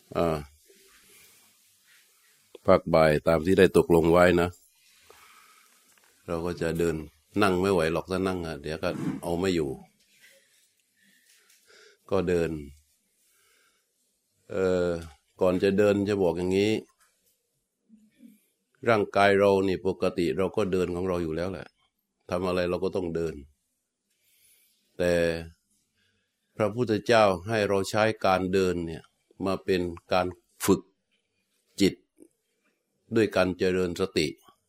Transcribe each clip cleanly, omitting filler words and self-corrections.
ภาคบ่ายตามที่ได้ตกลงไว้นะเราก็จะเดินนั่งไม่ไหวหรอกถ้านั่งเดี๋ยวก็เอาไม่อยู่ก็เดินก่อนจะเดินจะบอกอย่างนี้ร่างกายเรานี่ปกติเราก็เดินของเราอยู่แล้วแหละทำอะไรเราก็ต้องเดินแต่พระพุทธเจ้าให้เราใช้การเดินเนี่ยมาเป็นการฝึกจิตด้วยการเจริญสติ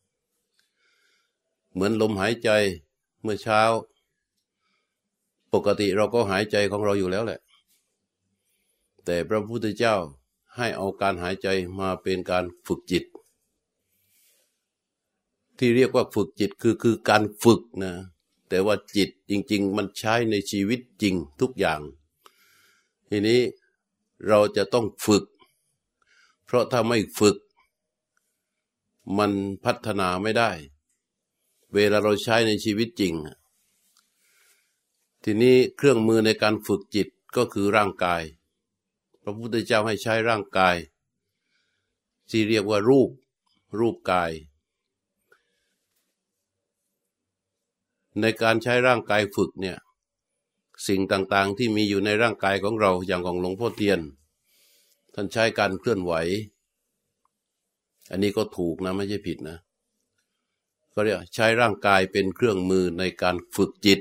เหมือนลมหายใจเมื่อเช้าปกติเราก็หายใจของเราอยู่แล้วแหละแต่พระพุทธเจ้าให้เอาการหายใจมาเป็นการฝึกจิตที่เรียกว่าฝึกจิตคือการฝึกนะแต่ว่าจิตจริงๆมันใช้ในชีวิตจริงทุกอย่างทีนี้เราจะต้องฝึกเพราะถ้าไม่ฝึกมันพัฒนาไม่ได้เวลาเราใช้ในชีวิตจริงทีนี้เครื่องมือในการฝึกจิตก็คือร่างกายพระพุทธเจ้าให้ใช้ร่างกายที่เรียกว่ารูปกายในการใช้ร่างกายฝึกเนี่ยสิ่งต่างๆที่มีอยู่ในร่างกายของเราอย่างของหลวงพ่อเทียนท่านใช้การเคลื่อนไหวอันนี้ก็ถูกนะไม่ใช่ผิดนะก็เรียกใช้ร่างกายเป็นเครื่องมือในการฝึกจิต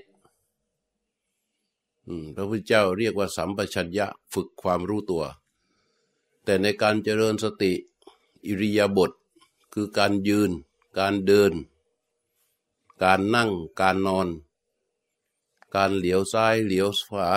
พระพุทธเจ้าเรียกว่าสัมปชัญญะฝึกความรู้ตัวแต่ในการเจริญสติอิริยาบถคือการยืนการเดินการนั่งการนอนการเหลียวซ้ายเหลียวขวา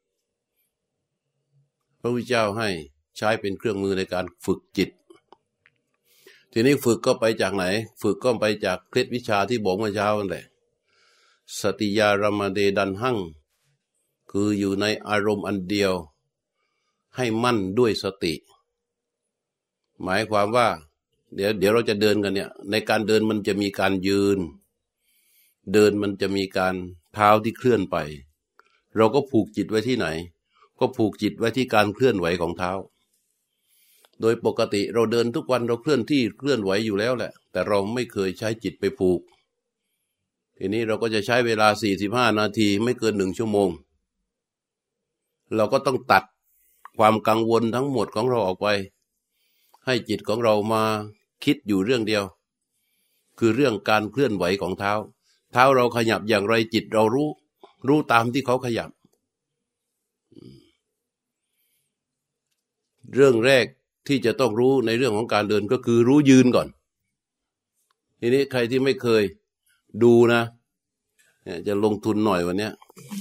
พระพุทธเจ้าให้ใช้เป็นเครื่องมือในการฝึกจิตทีนี้ฝึกก็ไปจากไหนฝึกก็ไปจากเคล็ดวิชาที่บอกเมื่อเช้านั่นแหละสติยารมเดดันหั่งคืออยู่ในอารมณ์อันเดียวให้มั่นด้วยสติหมายความว่าเดี๋ยวเราจะเดินกันเนี่ยในการเดินมันจะมีการยืนเดินมันจะมีการเท้าที่เคลื่อนไปเราก็ผูกจิตไว้ที่ไหนก็ผูกจิตไว้ที่การเคลื่อนไหวของเท้าโดยปกติเราเดินทุกวันเราเคลื่อนที่เคลื่อนไหวอยู่แล้วแหละแต่เราไม่เคยใช้จิตไปผูกทีนี้เราก็จะใช้เวลา45นาทีไม่เกิน1ชั่วโมงเราก็ต้องตัดความกังวลทั้งหมดของเราออกไปให้จิตของเรามาคิดอยู่เรื่องเดียวคือเรื่องการเคลื่อนไหวของเท้าเราขยับอย่างไรจิตเรารู้ตามที่เขาขยับเรื่องแรกที่จะต้องรู้ในเรื่องของการเดินก็คือรู้ยืนก่อนทีนี้ใครที่ไม่เคยดูนะจะลงทุนหน่อยวันนี้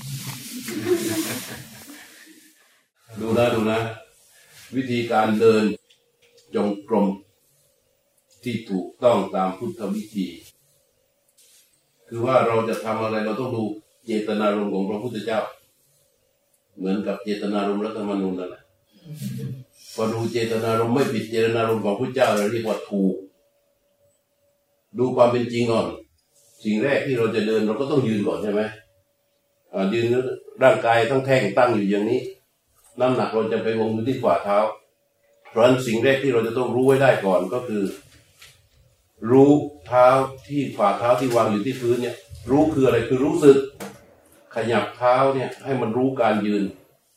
ดูนะวิธีการเดินจงกรมที่ถูกต้องตามพุทธวิธีคือว่าเราจะทำอะไรเราต้องดูเจตนารมณ์ของพระพุทธเจ้าเหมือนกับเจตนารมณ์รัฐธรรมนูญนั่นแหละพอดูเจตนารมณ์ไม่ผิดเจตนารมณ์ของพระเจ้าเราเรียกว่าถูกดูความเป็นจริงก่อนสิ่งแรกที่เราจะเดินเราก็ต้องยืนก่อนใช่ไหมยืนร่างกายทั้งแท่งตั้งอยู่อย่างนี้น้ำหนักเราจะไปวงอยู่ที่ฝ่าเท้าเพราะฉะนั้นสิ่งแรกที่เราจะต้องรู้ไว้ได้ก่อนก็คือรู้เท้าที่ฝ่าเท้าที่วางอยู่ที่พื้นเนี่ยรู้คืออะไรคือรู้สึกขยับเท้าเนี่ยให้มันรู้การยืน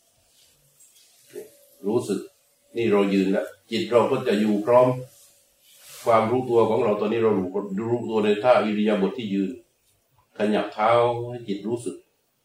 รู้สึกนี่เรายืนแล้วจิตเราก็จะอยู่พร้อมความรู้ตัวของเราตอนนี้เรารู้ตัวในท่าอิริยาบถที่ยืนขยับเท้าให้จิตรู้สึก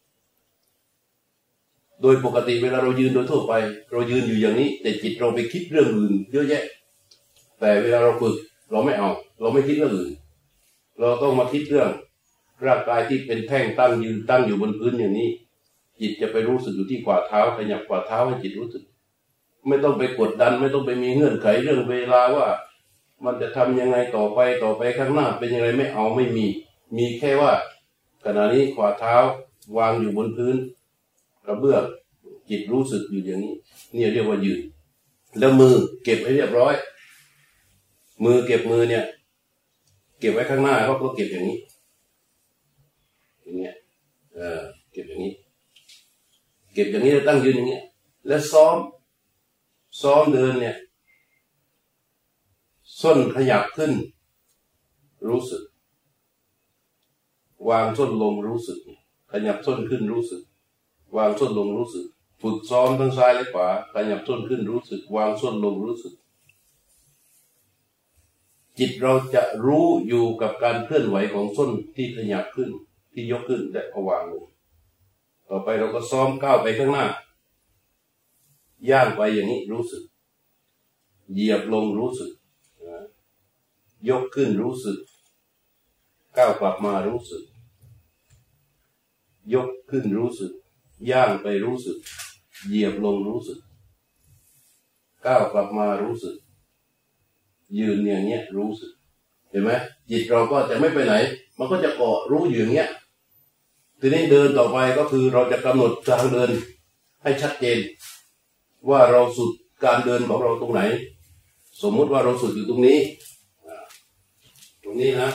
โดยปกติเวลาเรายืนโดยทั่วไปเรายืนอยู่อย่างนี้แต่จิตเราไปคิดเรื่องอื่นเยอะแยะแต่เวลาเราฝึกเราไม่เอาเราไม่คิดเรื่องอื่นเราต้องมาคิดเรื่องร่างกายที่เป็นแท่งตั้งอยู่บนพื้นอย่างนี้จิตจะไปรู้สึกอยู่ที่ฝ่าเท้าขยับฝ่าเท้าให้จิตรู้สึกไม่ต้องไปกดดันไม่ต้องไปมีเงื่อนไขเรื่องเวลาว่ามันจะทำยังไงต่อไปข้างหน้าเป็นยังไงไม่เอาไม่มีแค่ว่าขณะนี้ฝ่าเท้าวางอยู่บนพื้นกระเบื้องจิตรู้สึกอยู่อย่างนี้นี่เรียกว่ายืนแล้วมือเก็บให้เรียบร้อยมือเก็บมือเนี่ยเก็บไว้ข้างหน้าเขาก็เก็บอย่างนี้อย่างเงี้ยเก็บอย่างนี้แล้วตั้งยืนอย่างเงี้ยแล้วซ้อมซ้อมเดินเนี่ยส้นขยับขึ้นรู้สึกวางส้นลงรู้สึกขยับส้นขึ้นรู้สึกวางส้นลงรู้สึกฝึกซ้อมทั้งซ้ายและขวาขยับส้นขึ้นรู้สึกวางส้นลงรู้สึกจิตเราจะรู้อยู่กับการเคลื่อนไหวของส้นที่ขยับขึ้นที่ยกขึ้นและวางลงต่อไปเราก็ซ้อมก้าวไปข้างหน้าย่างไปอย่างนี้รู้สึกเหยียบลงรู้สึกยกขึ้นรู้สึกก้าวกลับมารู้สึกยกขึ้นรู้สึกย่างไปรู้สึกเหยียบลงรู้สึกก้าวกลับมารู้สึกยืนอย่างเงี้ยรู้สึกเห็นไหมจิตเราก็จะไม่ไปไหนมันก็จะเกาะรู้อยู่อย่างเงี้ยทีนี้เดินต่อไปก็คือเราจะกำหนดทางเดินให้ชัดเจนว่าเราสุดการเดินของเราตรงไหนสมมุติว่าเราสุดอยู่ตรงนี้นะ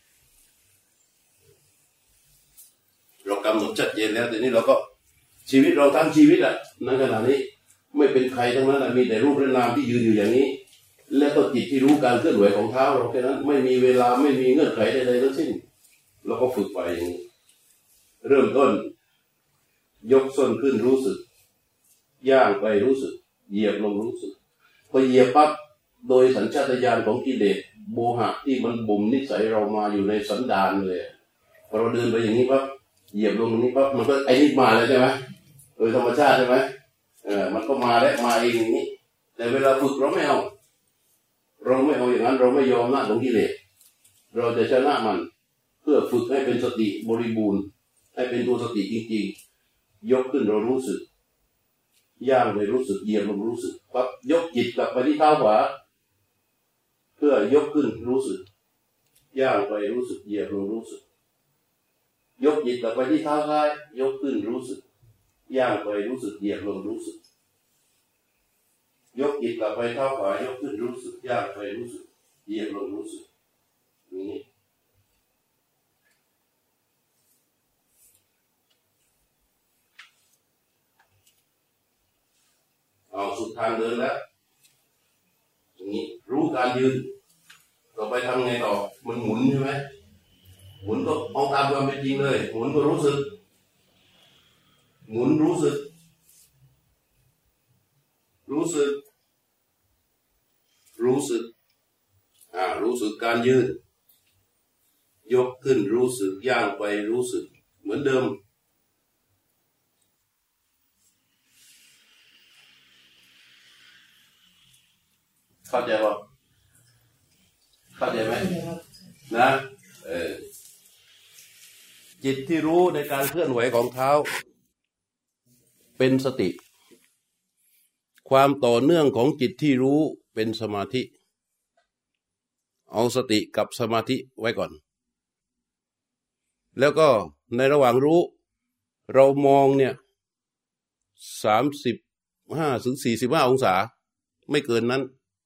เรากำหนดชัดเจนแล้วทีนี้เราก็ชีวิตเราทั้งชีวิตอ่ะในขณะนี้ไม่เป็นใครทั้งนั้นมีแต่รูปและนามที่ยืนอยู่อย่างนี้และก็จิตที่รู้การเคลื่อนไหวของเท้าเราแค่นั้นไม่มีเวลาไม่มีเงื่อนไขใดๆทั้งสิ้นเราก็ฝึกไปอย่างนี้เริ่มต้นยกส้นขึ้นรู้สึกย่างไปรู้สึกเหยียบลงรู้สึกพอเหยียบปั๊บโดยสัญชาตญาณของกิเลสโมหะที่มันบ่มนิสัยเรามาอยู่ในสันดานเลยพอเราเดินไปอย่างนี้ปั๊บเหยียบลงตรงนี้ปั๊บมันก็ไอ้นี่มาเลยใช่ไหมโดยธรรมชาติใช่ไหมมันก็มาและมาเองอย่างนี้แต่เวลาฝึกเราไม่เอาอย่างนั้นเราไม่ยอมหน้าของกิเลสเราจะชนะมันเพื่อฝึกให้เป็นสติบริบูรณ์ให้เป็นตัวสติจริงๆยกขึ้นเรารู้สึกย่างไปรู้สึกเหยียบลงรู้สึกปั๊บยกจิตกลับไปที่เท้าขวาเพื่อยกขึ้นรู้สึกย่างไปรู้สึกเหยียบลงรู้สึกยกจิตกลับไปที่เท้าซ้ายยกขึ้นรู้สึกย่างไปรู้สึกเหยียบลงรู้สึกยกจิตกลับไปเท้าขวายกขึ้นรู้สึกย่างไปรู้สึกเหยียบลงรู้สึกนี้เอาสุดทางเดินแล้วอย่างนี้รู้การยืนต่อไปทำไงต่อมันหมุนใช่ไหมหมุนก็เอาตามความเป็นจริงเลยหมุนก็รู้สึกหมุนรู้สึกรู้สึกรู้สึกการยืนยกขึ้นรู้สึกย่างไปรู้สึกเหมือนเดิมเข้าใจป่ะเข้าใจไหมนะจิตที่รู้ในการเคลื่อนไหวของเท้าเป็นสติความต่อเนื่องของจิตที่รู้เป็นสมาธิเอาสติกับสมาธิไว้ก่อนแล้วก็ในระหว่างรู้เรามองเนี่ย35 ถึง 45 องศาไม่เกินนั้น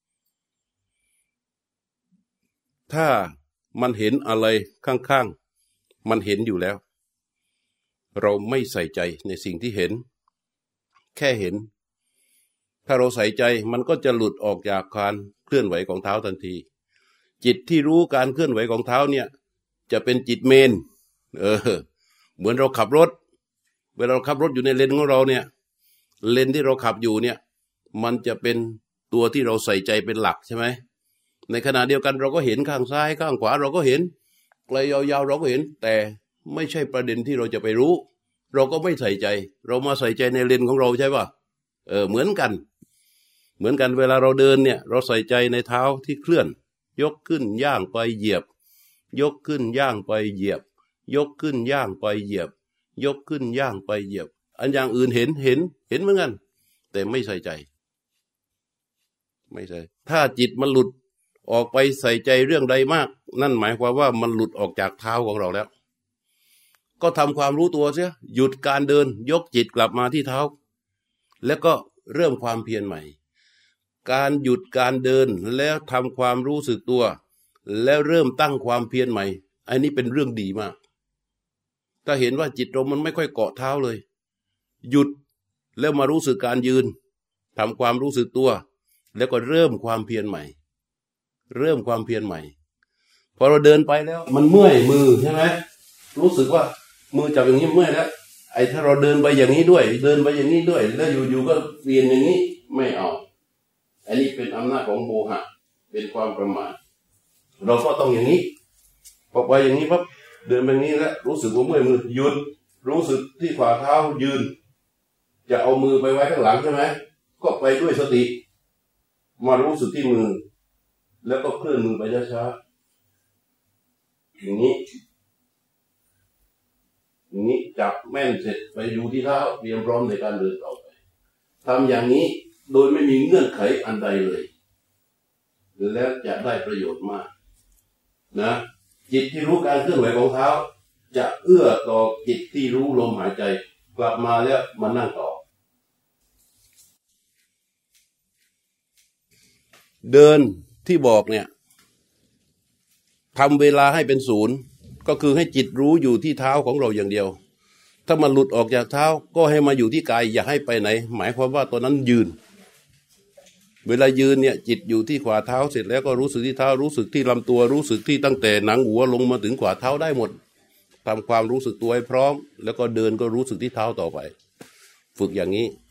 ถ้ามันเห็นอะไรข้างๆมันเห็นอยู่แล้วเราไม่ใส่ใจในสิ่งที่เห็นแค่เห็นถ้าเราใส่ใจมันก็จะหลุดออกจากการเคลื่อนไหวของเท้าทันทีจิตที่รู้การเคลื่อนไหวของเท้าเนี่ยจะเป็นจิตเมนเหมือนเราขับรถเวลาเราขับรถอยู่ในเลนของเราเนี่ยเลนที่เราขับอยู่เนี่ยมันจะเป็นตัวที่เราใส่ใจเป็นหลักใช่ไหมในขณะเดียวกันเราก็เห็นข้างซ้ายข้างขวาเราก็เห็นไกลยาวๆเราก็เห็นแต่ไม่ใช่ประเด็นที่เราจะไปรู้เราก็ไม่ใส่ใจเรามาใส่ใจในเลนของเราใช่ป่ะเหมือนกันเวลาเราเดินเนี่ยเราใส่ใจในเท้าที่เคลื่อนยกขึ้นย่างไปเหยียบยกขึ้นย่างไปเหยียบยกขึ้นย่างไปเหยียบยกขึ้นย่างไปเหยียบอันอย่างอื่นเห็นเหมือนกันแต่ไม่ใส่ใจไม่ใช่ถ้าจิตมันหลุดออกไปใส่ใจเรื่องใดมากนั่นหมายความว่ามันหลุดออกจากเท้าของเราแล้วก็ทำความรู้ตัวเสียหยุดการเดินยกจิตกลับมาที่เท้าแล้วก็เริ่มความเพียรใหม่การหยุดการเดินแล้วทำความรู้สึกตัวแล้วเริ่มตั้งความเพียรใหม่อันนี้เป็นเรื่องดีมากถ้าเห็นว่าจิตเรามันไม่ค่อยเกาะเท้าเลยหยุดแล้วมารู้สึกการยืนทำความรู้สึกตัวแล้วก็เริ่มความเพียรใหม่เริ่มความเพียรใหม่พอเราเดินไปแล้วมันเมื่อยมือใช่ไหมรู้สึกว่ามือจับอย่างนี้เมื่อยแล้วไอ้ถ้าเราเดินไปอย่างนี้ด้วยเดินไปอย่างนี้ด้วยแล้วอยู่ๆก็เปลี่ยนอย่างนี้ไม่เอาอันนี้เป็นอำนาจของโมหะเป็นความประมาทเราก็ต้องอย่างนี้พอไปอย่างนี้ปั๊บเดินไปนี้แล้วรู้สึกว่าเมื่อยมือหยุดรู้สึกที่ฝ่าเท้ายืนจะเอามือไปไว้ข้างหลังใช่ไหมก็ไปด้วยสติมารู้สึกที่มือแล้วก็เคลื่อนมือไปช้าๆอย่างนี้จับแม่นเสร็จไปอยู่ที่เท้าเตรียมพร้อมในการเดินต่อไปทำอย่างนี้โดยไม่มีเงื่อนไขอันใดเลยแล้วจะได้ประโยชน์มากนะจิตที่รู้การเคลื่อนไหวของเท้าจะเอื้อต่อจิตที่รู้ลมหายใจกลับมาแล้วมานั่งต่อเดินที่บอกเนี่ยทำเวลาให้เป็นศูนย์ก็คือให้จิตรู้อยู่ที่เท้าของเราอย่างเดียวถ้ามันหลุดออกจากเท้าก็ให้มาอยู่ที่กายอย่าให้ไปไหนหมายความว่าตอนนั้นยืนเวลายืนเนี่ยจิตอยู่ที่ขวาเท้าเสร็จแล้วก็รู้สึกที่เท้ารู้สึกที่ลำตัวรู้สึกที่ตั้งแต่หนังหัวลงมาถึงขวาเท้าได้หมดทำความรู้สึกตัวให้พร้อมแล้วก็เดินก็รู้สึกที่เท้าต่อไปฝึกอย่างนี้